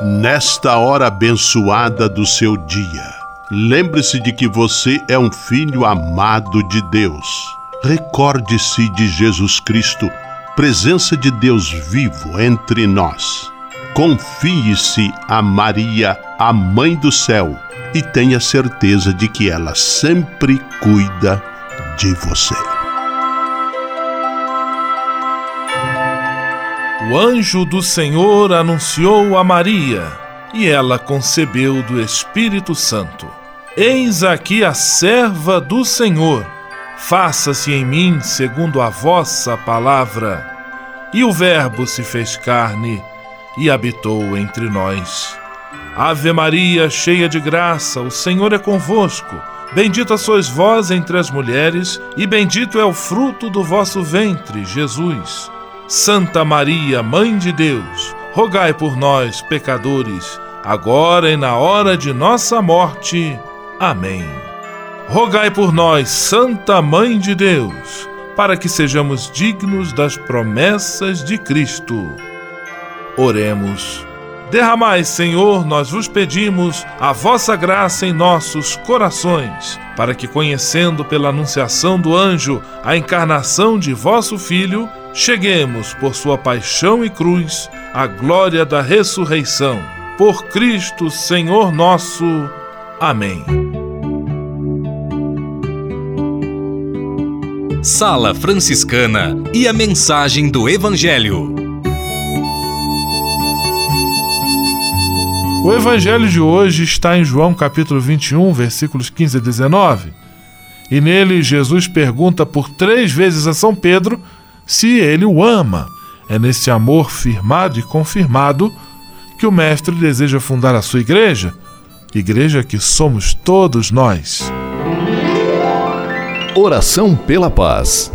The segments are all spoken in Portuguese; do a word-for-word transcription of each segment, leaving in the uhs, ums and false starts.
Nesta hora abençoada do seu dia, lembre-se de que você é um filho amado de Deus. Recorde-se de Jesus Cristo, presença de Deus vivo entre nós. Confie-se a Maria, a Mãe do Céu, e tenha certeza de que ela sempre cuida de você. O anjo do Senhor anunciou a Maria, e ela concebeu do Espírito Santo. Eis aqui a serva do Senhor, faça-se em mim segundo a vossa palavra. E o Verbo se fez carne e habitou entre nós. Ave Maria, cheia de graça, o Senhor é convosco. Bendita sois vós entre as mulheres, e bendito é o fruto do vosso ventre, Jesus. Santa Maria, Mãe de Deus, rogai por nós, pecadores, agora e na hora de nossa morte. Amém. Rogai por nós, Santa Mãe de Deus, para que sejamos dignos das promessas de Cristo. Oremos. Derramai, Senhor, nós vos pedimos, a vossa graça em nossos corações, para que, conhecendo pela anunciação do anjo a encarnação de vosso Filho, cheguemos, por sua paixão e cruz, à glória da ressurreição. Por Cristo, Senhor nosso. Amém. Sala Franciscana e a mensagem do Evangelho. O Evangelho de hoje está em João capítulo vinte e um, versículos quinze a dezenove. E nele Jesus pergunta por três vezes a São Pedro se ele o ama. É nesse amor firmado e confirmado que o Mestre deseja fundar a sua igreja, igreja que somos todos nós. Oração pela paz.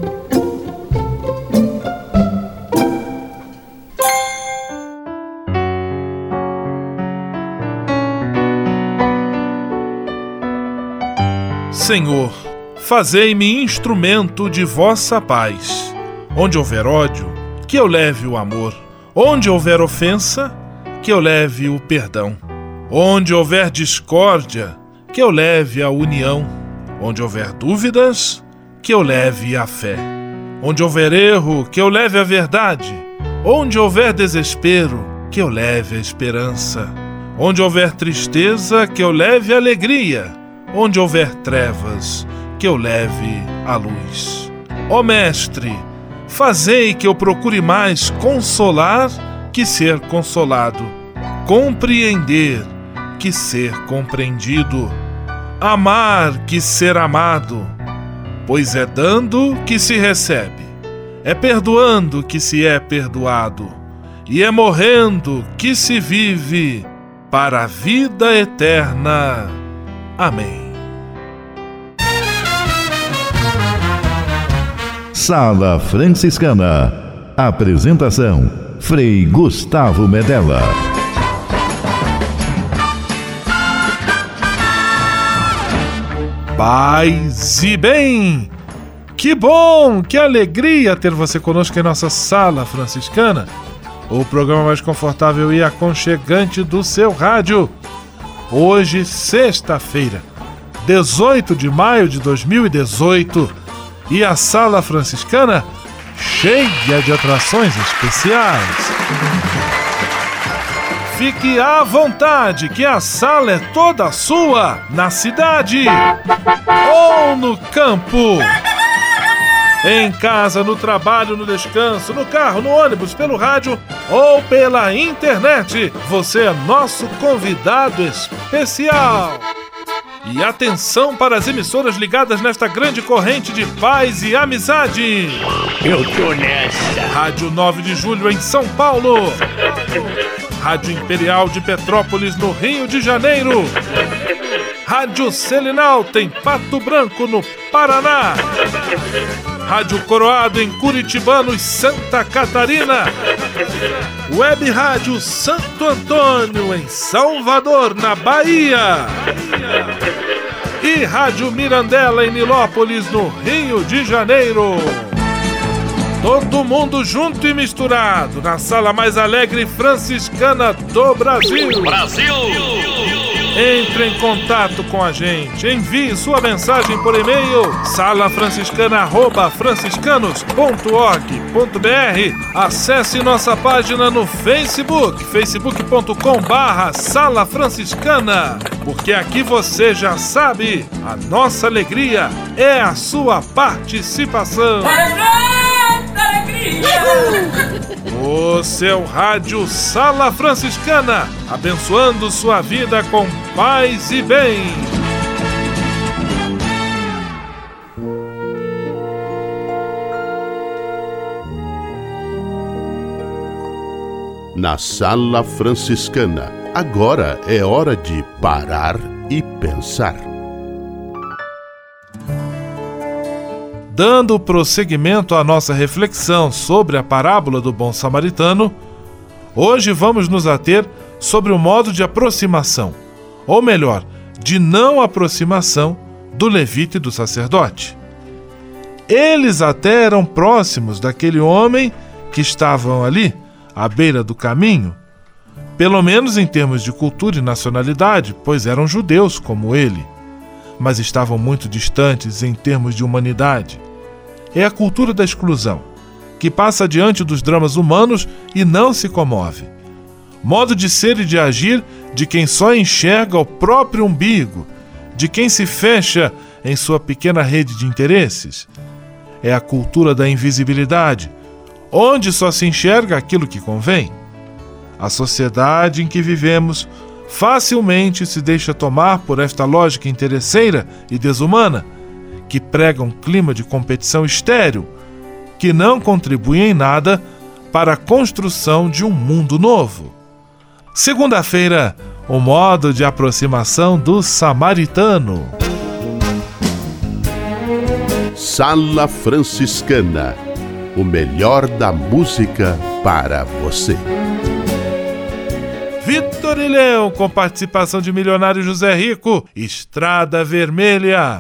Senhor, fazei-me instrumento de vossa paz. Onde houver ódio, que eu leve o amor. Onde houver ofensa, que eu leve o perdão. Onde houver discórdia, que eu leve a união. Onde houver dúvidas, que eu leve a fé. Onde houver erro, que eu leve a verdade. Onde houver desespero, que eu leve a esperança. Onde houver tristeza, que eu leve a alegria. Onde houver trevas, que eu leve a luz. Ó Mestre, fazei que eu procure mais consolar que ser consolado, compreender que ser compreendido, amar que ser amado, pois é dando que se recebe, é perdoando que se é perdoado, e é morrendo que se vive para a vida eterna. Amém. Sala Franciscana. Apresentação: Frei Gustavo Medella. Paz e bem! Que bom, que alegria ter você conosco em nossa Sala Franciscana, o programa mais confortável e aconchegante do seu rádio. Hoje, sexta-feira, dezoito de maio de dois mil e dezoito, e a Sala Franciscana cheia de atrações especiais. Fique à vontade, que a sala é toda sua, na cidade ou no campo, em casa, no trabalho, no descanso, no carro, no ônibus, pelo rádio ou pela internet. Você é nosso convidado especial. E atenção para as emissoras ligadas nesta grande corrente de paz e amizade. Eu tô nessa. Rádio nove de julho em São Paulo. Rádio Imperial de Petrópolis no Rio de Janeiro. Rádio Selinalta em Pato Branco no Paraná. Rádio Coroado em Curitibano e Santa Catarina. Web Rádio Santo Antônio em Salvador, na Bahia. E Rádio Mirandela em Nilópolis, no Rio de Janeiro. Todo mundo junto e misturado na sala mais alegre franciscana do Brasil. Brasil! Entre em contato com a gente. Envie sua mensagem por e-mail sala franciscana arroba franciscanos ponto org ponto br. Acesse nossa página no Facebook, facebook ponto com barra sala franciscana. Porque aqui você já sabe, a nossa alegria é a sua participação. O seu rádio Sala Franciscana, abençoando sua vida com paz e bem. Na Sala Franciscana, agora é hora de parar e pensar. Dando prosseguimento à nossa reflexão sobre a parábola do bom samaritano, hoje vamos nos ater sobre o modo de aproximação, ou melhor, de não aproximação do levita e do sacerdote. Eles até eram próximos daquele homem que estavam ali, à beira do caminho, pelo menos em termos de cultura e nacionalidade, pois eram judeus como ele, mas estavam muito distantes em termos de humanidade. É a cultura da exclusão, que passa diante dos dramas humanos e não se comove. Modo de ser e de agir de quem só enxerga o próprio umbigo, de quem se fecha em sua pequena rede de interesses. É a cultura da invisibilidade, onde só se enxerga aquilo que convém. A sociedade em que vivemos facilmente se deixa tomar por esta lógica interesseira e desumana, que prega um clima de competição estéril, que não contribui em nada para a construção de um mundo novo. Segunda-feira, o modo de aproximação do samaritano. Sala Franciscana, o melhor da música para você. Vitor e Leão, com participação de Milionário José Rico, Estrada Vermelha.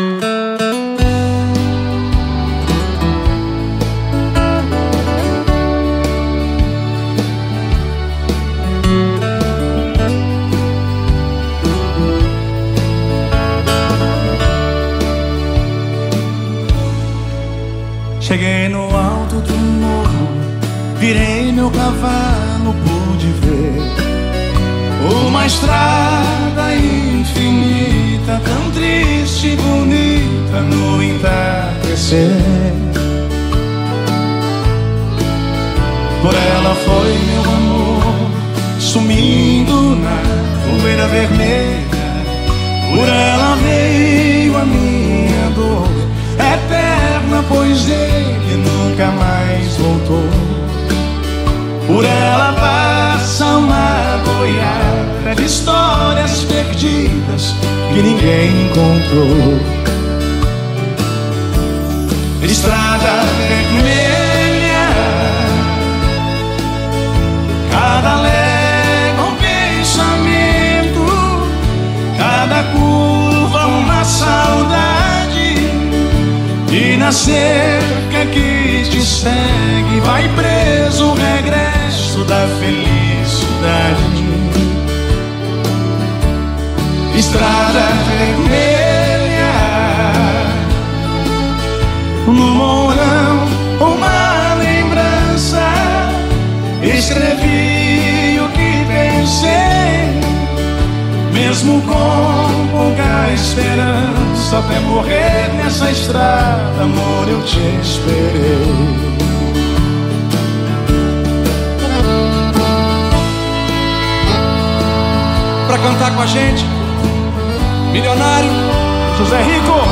Cheguei no alto do morro, virei meu cavalo, pude ver uma estrada infinita, tão triste e bonita no entardecer. Por ela foi meu amor, sumindo na poeira vermelha. Por ela veio a minha dor eterna, pois ele nunca mais voltou. Por ela passa uma boiada de histórias perdidas que ninguém encontrou. Estrada vermelha, cada légua um pensamento, cada curva uma saudade, e na cerca que te segue vai preso o regresso da felicidade. Estrada vermelha, no mourão uma lembrança, escrevi o que pensei, mesmo com pouca esperança, até morrer nessa estrada, amor, eu te esperei. Pra cantar com a gente, Milionário José Rico.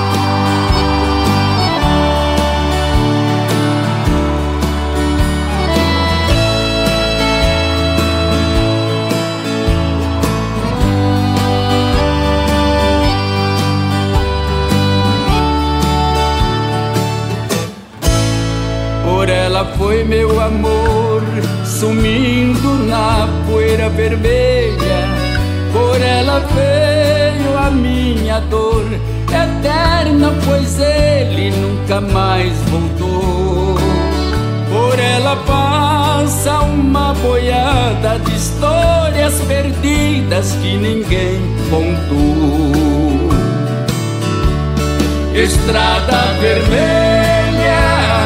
Por ela foi meu amor, sumindo na poeira vermelha. Por ela veio a minha dor eterna, pois ele nunca mais voltou. ela passa uma boiada de histórias perdidas que ninguém contou. Estrada vermelha,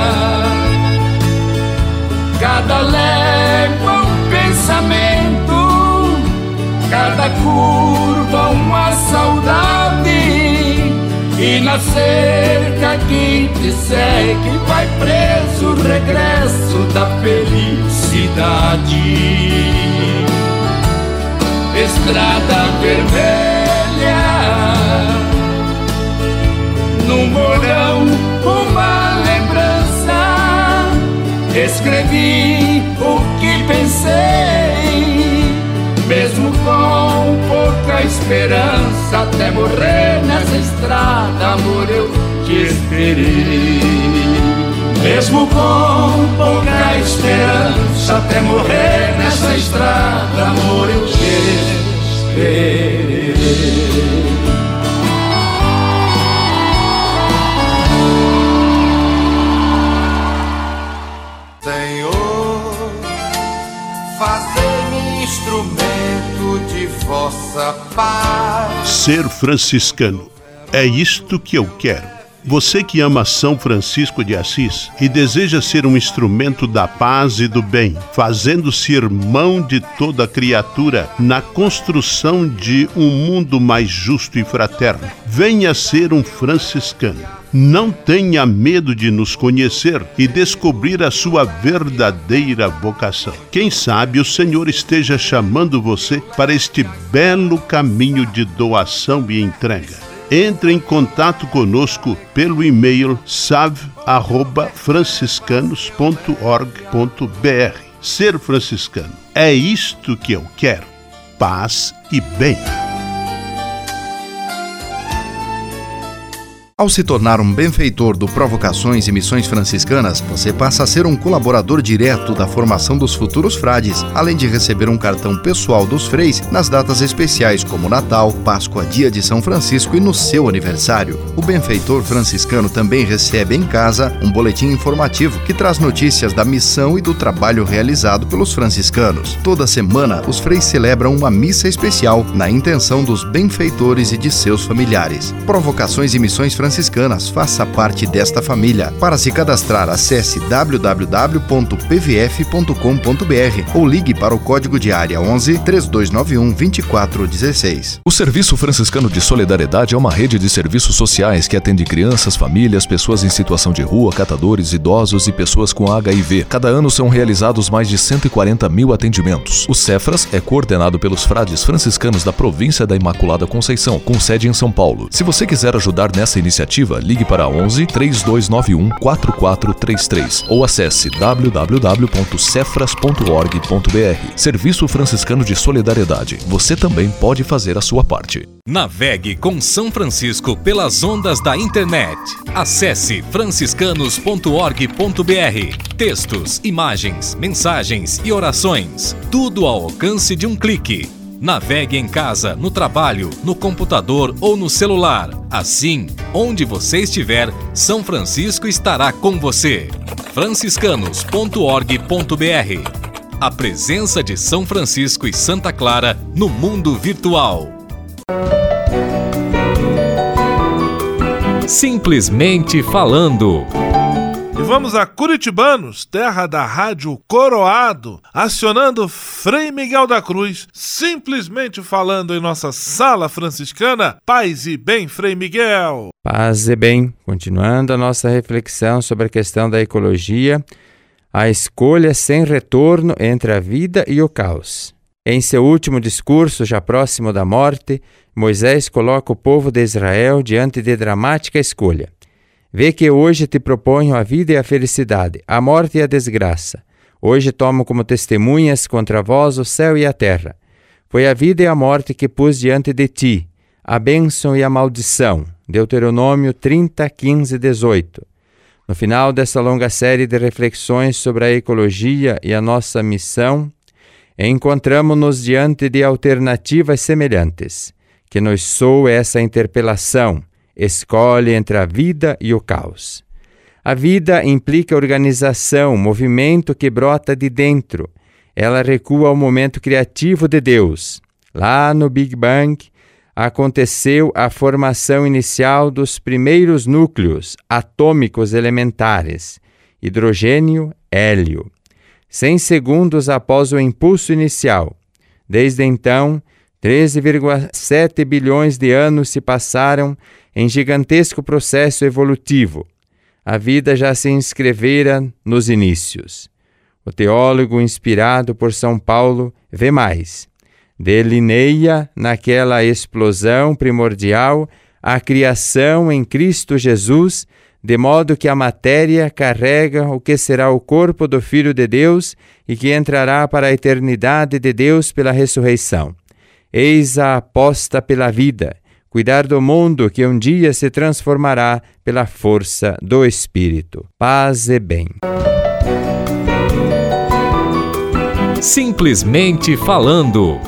cada légua um pensamento, cada curva uma saudade. E na cerca que te segue vai preso o regresso da felicidade. Estrada vermelha, num morão uma lembrança, escrevi o que pensei, mesmo com pouca esperança, até morrer nessa estrada, amor, eu te esperei. Mesmo com pouca esperança, até morrer nessa estrada, amor, eu te esperei. Senhor, fazei-me instrumento de vossa paz. Ser franciscano, é isto que eu quero. Você que ama São Francisco de Assis e deseja ser um instrumento da paz e do bem, fazendo-se irmão de toda criatura na construção de um mundo mais justo e fraterno, venha ser um franciscano. Não tenha medo de nos conhecer e descobrir a sua verdadeira vocação. Quem sabe o Senhor esteja chamando você para este belo caminho de doação e entrega. Entre em contato conosco pelo e-mail save arroba franciscanos ponto org ponto br. Ser franciscano, é isto que eu quero. Paz e bem. Ao se tornar um benfeitor do Provocações e Missões Franciscanas, você passa a ser um colaborador direto da formação dos futuros frades, além de receber um cartão pessoal dos freis nas datas especiais como Natal, Páscoa, Dia de São Francisco e no seu aniversário. O benfeitor franciscano também recebe em casa um boletim informativo que traz notícias da missão e do trabalho realizado pelos franciscanos. Toda semana, os freis celebram uma missa especial na intenção dos benfeitores e de seus familiares. Provocações e Missões Franciscanas Franciscanas, faça parte desta família. Para se cadastrar, acesse w w w ponto p v f ponto com ponto b r ou ligue para o código de área onze, três dois nove um, dois quatro um seis. O Serviço Franciscano de Solidariedade é uma rede de serviços sociais que atende crianças, famílias, pessoas em situação de rua, catadores, idosos e pessoas com H I V. Cada ano são realizados mais de cento e quarenta mil atendimentos. O Cefras é coordenado pelos frades franciscanos da província da Imaculada Conceição, com sede em São Paulo. Se você quiser ajudar nessa iniciativa, ligue para onze, três dois nove um, quatro quatro três três ou acesse w w w ponto cefras ponto org ponto b r. Serviço Franciscano de Solidariedade. Você também pode fazer a sua parte. Navegue com São Francisco pelas ondas da internet. Acesse franciscanos ponto org ponto b r. Textos, imagens, mensagens e orações. Tudo ao alcance de um clique. Navegue em casa, no trabalho, no computador ou no celular. Assim, onde você estiver, São Francisco estará com você. franciscanos ponto org ponto b r. A presença de São Francisco e Santa Clara no mundo virtual. Simplesmente falando. E vamos a Curitibanos, terra da Rádio Coroado, acionando Frei Miguel da Cruz, simplesmente falando em nossa sala franciscana. Paz e bem, Frei Miguel. Paz e bem, continuando a nossa reflexão sobre a questão da ecologia, a escolha sem retorno entre a vida e o caos. Em seu último discurso, já próximo da morte, Moisés coloca o povo de Israel diante de dramática escolha. Vê que hoje te proponho a vida e a felicidade, a morte e a desgraça. Hoje tomo como testemunhas contra vós o céu e a terra. Foi a vida e a morte que pus diante de ti, a bênção e a maldição. Deuteronômio trinta, quinze, dezoito. No final dessa longa série de reflexões sobre a ecologia e a nossa missão, encontramos-nos diante de alternativas semelhantes. Que nos soa essa interpelação: escolhe entre a vida e o caos. A vida implica organização, movimento que brota de dentro. Ela recua ao momento criativo de Deus. Lá no Big Bang, aconteceu a formação inicial dos primeiros núcleos atômicos elementares, hidrogênio, hélio. Cem segundos após o impulso inicial. Desde então, treze vírgula sete bilhões de anos se passaram em gigantesco processo evolutivo. A vida já se inscrevera nos inícios. O teólogo inspirado por São Paulo vê mais. Delineia naquela explosão primordial a criação em Cristo Jesus, de modo que a matéria carrega o que será o corpo do Filho de Deus e que entrará para a eternidade de Deus pela ressurreição. Eis a aposta pela vida, cuidar do mundo que um dia se transformará pela força do Espírito. Paz e bem. Simplesmente falando.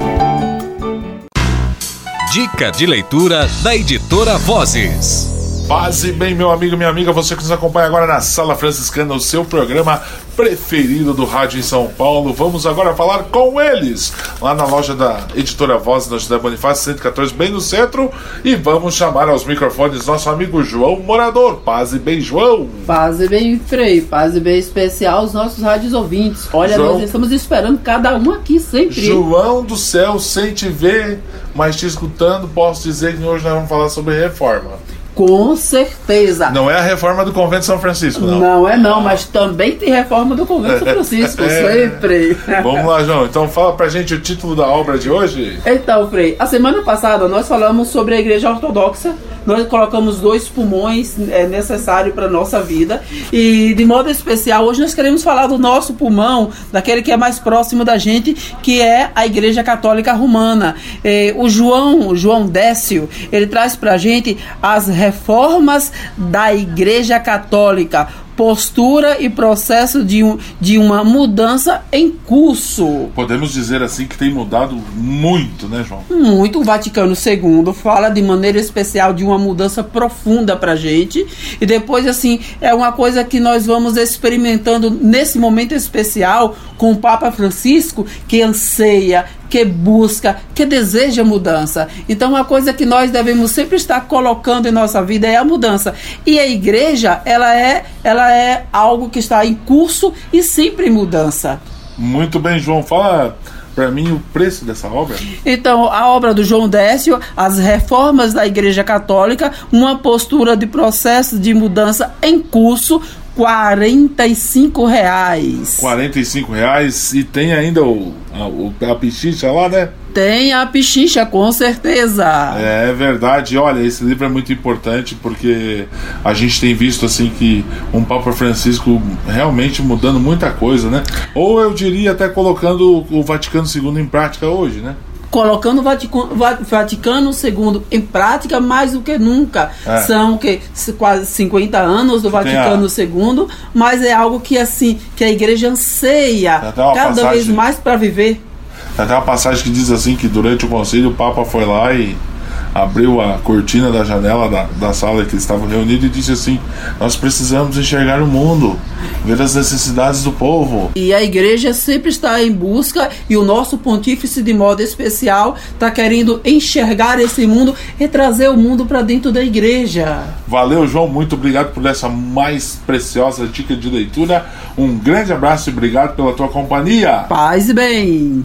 Dica de leitura da Editora Vozes. Paz e bem, meu amigo, minha amiga, você que nos acompanha agora na Sala Franciscana, o seu programa preferido do rádio em São Paulo. Vamos agora falar com eles, lá na loja da Editora Vozes, na José Bonifácio, cento e catorze, bem no centro. E vamos chamar aos microfones nosso amigo João Morador. Paz e bem, João. Paz e bem, Frei. Paz e bem especial aos nossos rádios ouvintes. Olha, João, nós estamos esperando cada um aqui sempre. João do céu, sem te ver, mas te escutando, posso dizer que hoje nós vamos falar sobre reforma. Com certeza. Não é a reforma do Convento de São Francisco, não. Não é não, mas também tem reforma do Convento de São Francisco, é. sempre. Vamos lá, João. Então fala pra gente o título da obra de hoje. Então, Frei, a semana passada nós falamos sobre a Igreja Ortodoxa. Nós colocamos dois pulmões é, necessários para a nossa vida. E de modo especial, hoje nós queremos falar do nosso pulmão, daquele que é mais próximo da gente, que é a Igreja Católica Romana. É, o João, o João Décio, ele traz para a gente as reformas da Igreja Católica, postura e processo de, um, de uma mudança em curso. Podemos dizer assim que tem mudado muito, né, João? Muito. O Vaticano segundo fala de maneira especial de uma mudança profunda pra gente, e depois assim, é uma coisa que nós vamos experimentando nesse momento especial com o Papa Francisco, que anseia, que busca, que deseja mudança. Então, uma coisa que nós devemos sempre estar colocando em nossa vida é a mudança. E a igreja, ela é, ela é algo que está em curso e sempre em mudança. Muito bem, João. Fala para mim o preço dessa obra. Então, a obra do João Décio, as reformas da Igreja Católica, uma postura de processo de mudança em curso, quarenta e cinco reais. quarenta e cinco reais. E tem ainda o, a, a pichincha lá, né? Tem a pichincha, com certeza. É verdade. Olha, esse livro é muito importante porque a gente tem visto assim que um Papa Francisco realmente mudando muita coisa, né? Ou eu diria até colocando o Vaticano segundo em prática hoje, né? Colocando o Vaticano, Vaticano segundo em prática mais do que nunca. É. São que, quase cinquenta anos do Vaticano a... segundo, mas é algo que assim que a igreja anseia cada passagem, vez mais para viver. Tem até uma passagem que diz assim que durante o concílio o Papa foi lá e abriu a cortina da janela da, da sala que eles estavam reunidos e disse assim: nós precisamos enxergar o mundo, ver as necessidades do povo. E a igreja sempre está em busca, e o nosso pontífice de modo especial está querendo enxergar esse mundo e trazer o mundo para dentro da igreja. Valeu, João, muito obrigado por essa mais preciosa dica de leitura. Um grande abraço e obrigado pela tua companhia. Paz e bem.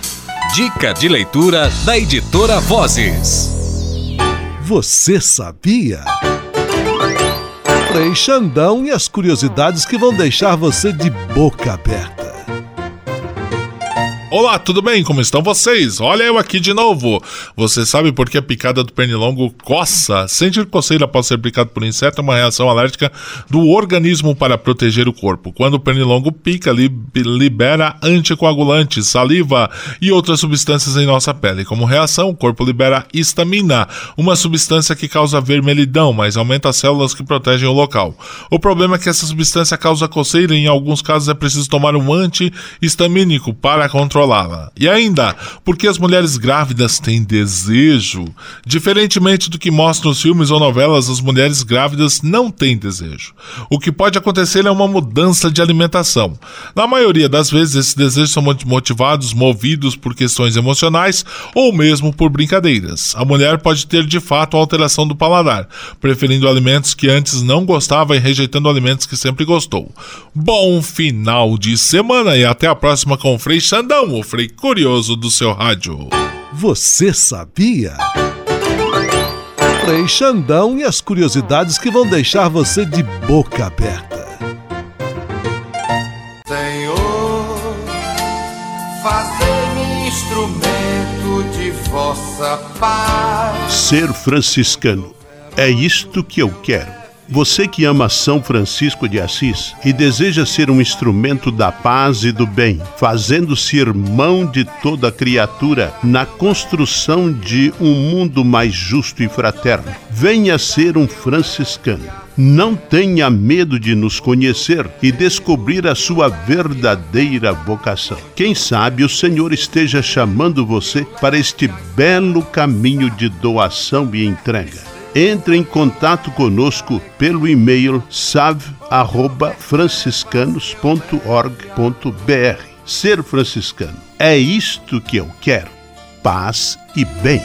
Dica de leitura da Editora Vozes. Você sabia? Frei Xandão e as curiosidades que vão deixar você de boca aberta. Olá, tudo bem? Como estão vocês? Olha eu aqui de novo. Você sabe por que a picada do pernilongo coça? Sentir coceira após ser picado por inseto é uma reação alérgica do organismo para proteger o corpo. Quando o pernilongo pica, li- libera anticoagulantes, saliva e outras substâncias em nossa pele. Como reação, o corpo libera histamina, uma substância que causa vermelhidão, mas aumenta as células que protegem o local. O problema é que essa substância causa coceira e em alguns casos é preciso tomar um antihistamínico para controlar controlá-la. E ainda, porque as mulheres grávidas têm desejo. Diferentemente do que mostram os filmes ou novelas, as mulheres grávidas não têm desejo. O que pode acontecer é uma mudança de alimentação. Na maioria das vezes, esses desejos são motivados, movidos por questões emocionais ou mesmo por brincadeiras. A mulher pode ter de fato alteração do paladar, preferindo alimentos que antes não gostava e rejeitando alimentos que sempre gostou. Bom final de semana e até a próxima com o Frei Xandão, o Frei Curioso do seu rádio. Você sabia? Frei Xandão e as curiosidades que vão deixar você de boca aberta. Senhor, fazei-me instrumento de vossa paz. Ser franciscano, é isto que eu quero. Você que ama São Francisco de Assis e deseja ser um instrumento da paz e do bem, fazendo-se irmão de toda criatura na construção de um mundo mais justo e fraterno, venha ser um franciscano. Não tenha medo de nos conhecer e descobrir a sua verdadeira vocação. Quem sabe o Senhor esteja chamando você para este belo caminho de doação e entrega. Entre em contato conosco pelo e-mail save arroba franciscanos ponto org ponto br. Ser franciscano, é isto que eu quero. Paz e bem.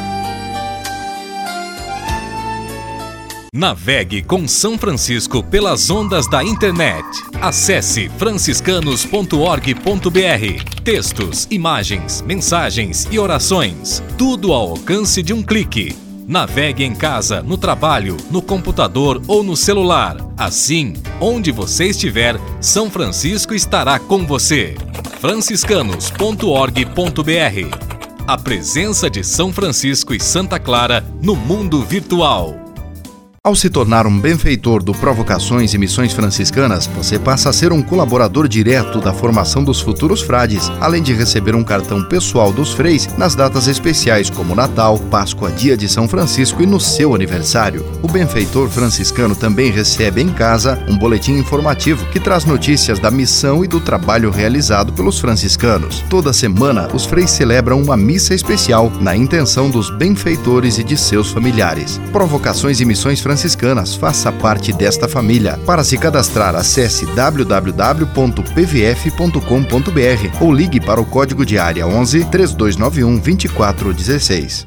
Navegue com São Francisco pelas ondas da internet. Acesse franciscanos ponto org ponto br. Textos, imagens, mensagens e orações. Tudo ao alcance de um clique. Navegue em casa, no trabalho, no computador ou no celular. Assim, onde você estiver, São Francisco estará com você. franciscanos ponto org ponto br. A presença de São Francisco e Santa Clara no mundo virtual. Ao se tornar um benfeitor do Provocações e Missões Franciscanas, você passa a ser um colaborador direto da formação dos futuros frades, além de receber um cartão pessoal dos freis nas datas especiais como Natal, Páscoa, Dia de São Francisco e no seu aniversário. O benfeitor franciscano também recebe em casa um boletim informativo que traz notícias da missão e do trabalho realizado pelos franciscanos. Toda semana, os freis celebram uma missa especial na intenção dos benfeitores e de seus familiares. Provocações e Missões Franciscanas Franciscanas, faça parte desta família. Para se cadastrar, acesse w w w ponto p v f ponto com ponto b r ou ligue para o código de área onze, três dois nove um, dois quatro um seis.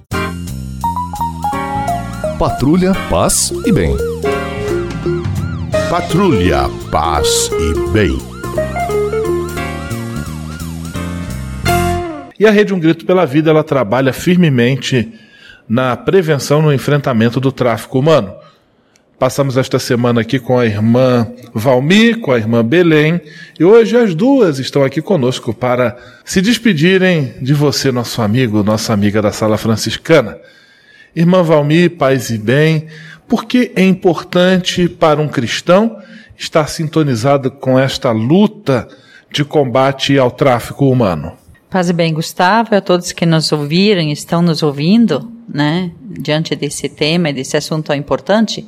Patrulha, paz e bem. Patrulha, paz e bem. E a Rede Um Grito pela Vida, ela trabalha firmemente na prevenção no enfrentamento do tráfico humano. Passamos esta semana aqui com a irmã Valmi, com a irmã Belém, e hoje as duas estão aqui conosco para se despedirem de você, nosso amigo, nossa amiga da Sala Franciscana. Irmã Valmi, paz e bem, por que é importante para um cristão estar sintonizado com esta luta de combate ao tráfico humano? Paz e bem, Gustavo, a todos que nos ouviram, estão nos ouvindo, né, diante desse tema e desse assunto tão importante.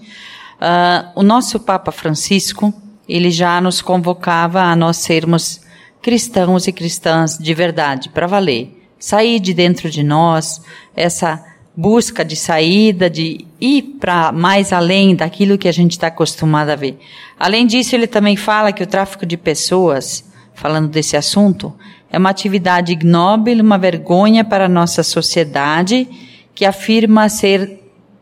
Uh, o nosso Papa Francisco, ele já nos convocava a nós sermos cristãos e cristãs de verdade, para valer. Sair de dentro de nós, essa busca de saída, de ir para mais além daquilo que a gente está acostumado a ver. Além disso, ele também fala que o tráfico de pessoas, falando desse assunto, é uma atividade ignóbil, uma vergonha para a nossa sociedade que afirma ser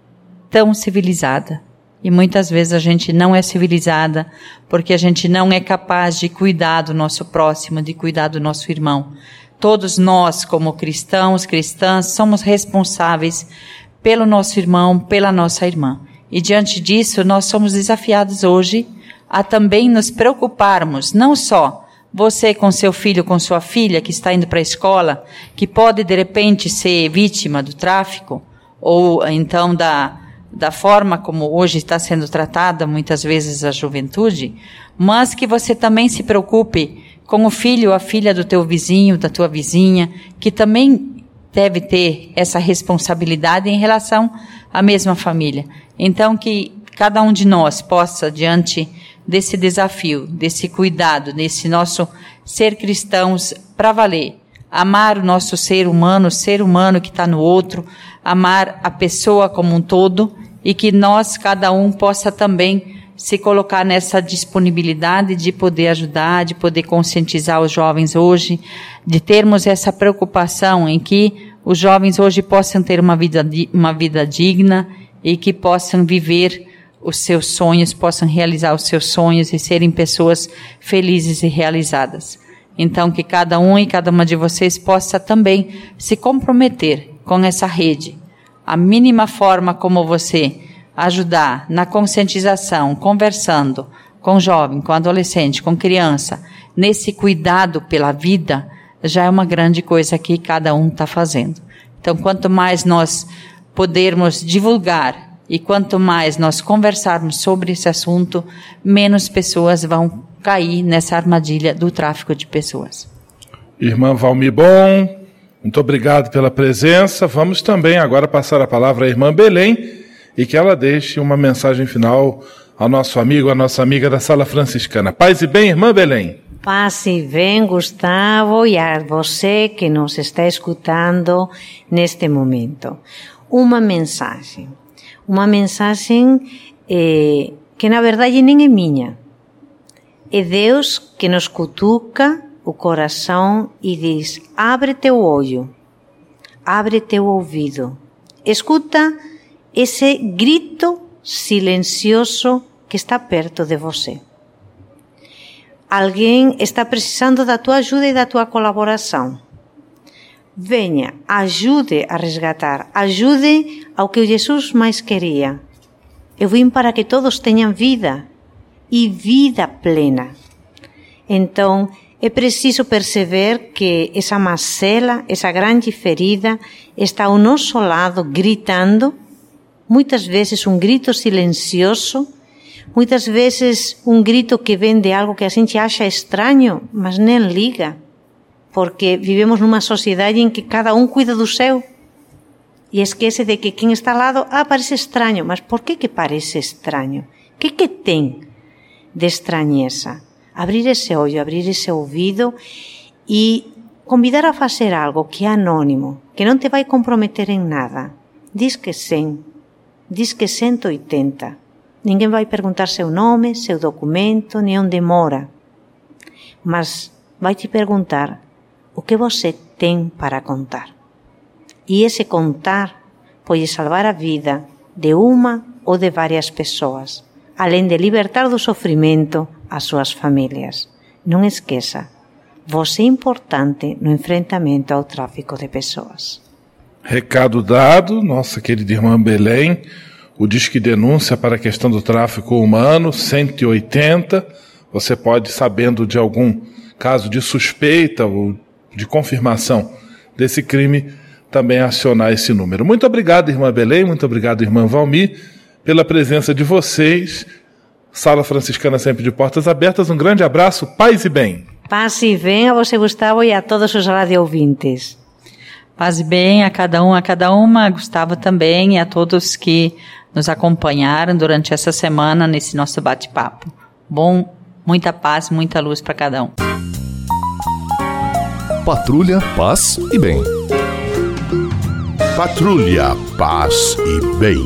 tão civilizada. E muitas vezes a gente não é civilizada porque a gente não é capaz de cuidar do nosso próximo, de cuidar do nosso irmão. Todos nós, como cristãos, cristãs, somos responsáveis pelo nosso irmão, pela nossa irmã. E diante disso, nós somos desafiados hoje a também nos preocuparmos, não só você com seu filho, com sua filha que está indo para a escola, que pode de repente ser vítima do tráfico, ou então da, da forma como hoje está sendo tratada muitas vezes a juventude, mas que você também se preocupe com o filho ou a filha do teu vizinho, da tua vizinha, que também deve ter essa responsabilidade em relação à mesma família. Então que cada um de nós possa, diante desse desafio, desse cuidado, desse nosso ser cristãos para valer, amar o nosso ser humano, o ser humano que está no outro, amar a pessoa como um todo, e que nós, cada um, possa também se colocar nessa disponibilidade de poder ajudar, de poder conscientizar os jovens hoje, de termos essa preocupação em que os jovens hoje possam ter uma vida, uma vida digna e que possam viver os seus sonhos, possam realizar os seus sonhos e serem pessoas felizes e realizadas. Então, que cada um e cada uma de vocês possa também se comprometer com essa rede. A mínima forma como você ajudar na conscientização, conversando com jovem, com adolescente, com criança, nesse cuidado pela vida, já é uma grande coisa que cada um está fazendo. Então, quanto mais nós pudermos divulgar e quanto mais nós conversarmos sobre esse assunto, menos pessoas vão cair nessa armadilha do tráfico de pessoas. Irmã Valmi Bom, muito obrigado pela presença. Vamos também agora passar a palavra à irmã Belém e que ela deixe uma mensagem final ao nosso amigo, à nossa amiga da Sala Franciscana. Paz e bem, irmã Belém. Paz e bem, Gustavo, e a você que nos está escutando neste momento. Uma mensagem. Uma mensagem eh, que na verdade nem é minha. É Deus que nos cutuca o coração e diz: abre teu olho, abre teu ouvido, escuta esse grito silencioso que está perto de você. Alguém está precisando da tua ajuda e da tua colaboração. Venha, ajude a resgatar, ajude ao que Jesus mais queria. Eu vim para que todos tenham vida e vida plena. Então, é preciso perceber que essa macela, essa grande ferida, está ao nosso lado gritando, muitas vezes um grito silencioso, muitas vezes um grito que vem de algo que a gente acha estranho, mas nem liga, porque vivemos numa sociedade em que cada um cuida do seu e esquece de que quem está ao lado, ah, parece estranho, mas por que que parece estranho? O que que tem de estranheza? Abrir esse olho, abrir esse ouvido e convidar a fazer algo que é anônimo, que não te vai comprometer em nada. Diz que sim, diz que cento e oitenta. Ninguém vai perguntar seu nome, seu documento, nem onde mora. Mas vai te perguntar o que você tem para contar. E esse contar pode salvar a vida de uma ou de várias pessoas, além de libertar do sofrimento as suas famílias. Não esqueça, você é importante no enfrentamento ao tráfico de pessoas. Recado dado, nossa querida irmã Belém. O Disque Denúncia para a questão do tráfico humano, cento e oitenta. Você pode, sabendo de algum caso de suspeita ou de confirmação desse crime, também acionar esse número. Muito obrigado, irmã Belém, muito obrigado, irmã Valmi, pela presença de vocês. Sala Franciscana sempre de portas abertas. Um grande abraço, paz e bem. Paz e bem a você, Gustavo, e a todos os radio-ouvintes. Paz e bem a cada um, a cada uma, Gustavo também, e a todos que nos acompanharam durante essa semana nesse nosso bate-papo. Bom, muita paz, muita luz para cada um. Patrulha, paz e bem. Patrulha, paz e bem.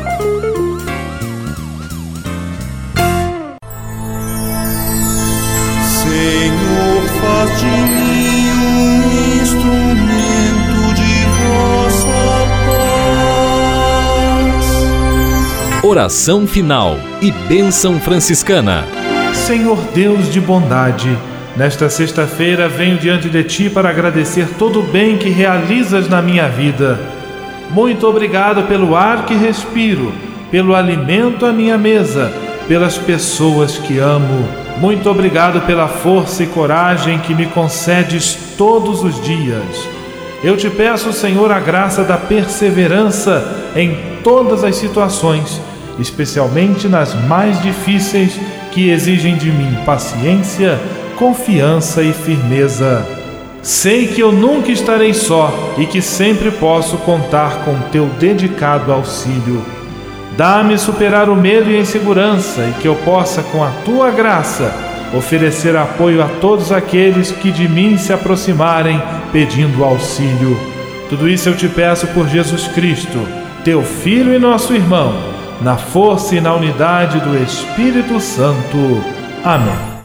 Senhor, faz de mim um instrumento de vossa paz. Oração final e bênção franciscana. Senhor Deus de bondade, nesta sexta-feira venho diante de Ti para agradecer todo o bem que realizas na minha vida. Muito obrigado pelo ar que respiro, pelo alimento à minha mesa, pelas pessoas que amo. Muito obrigado pela força e coragem que me concedes todos os dias. Eu te peço, Senhor, a graça da perseverança em todas as situações, especialmente nas mais difíceis, que exigem de mim paciência, confiança e firmeza. Sei que eu nunca estarei só e que sempre posso contar com teu dedicado auxílio. Dá-me superar o medo e a insegurança e que eu possa, com a tua graça, oferecer apoio a todos aqueles que de mim se aproximarem pedindo auxílio. Tudo isso eu te peço por Jesus Cristo, teu Filho e nosso irmão, na força e na unidade do Espírito Santo. Amém.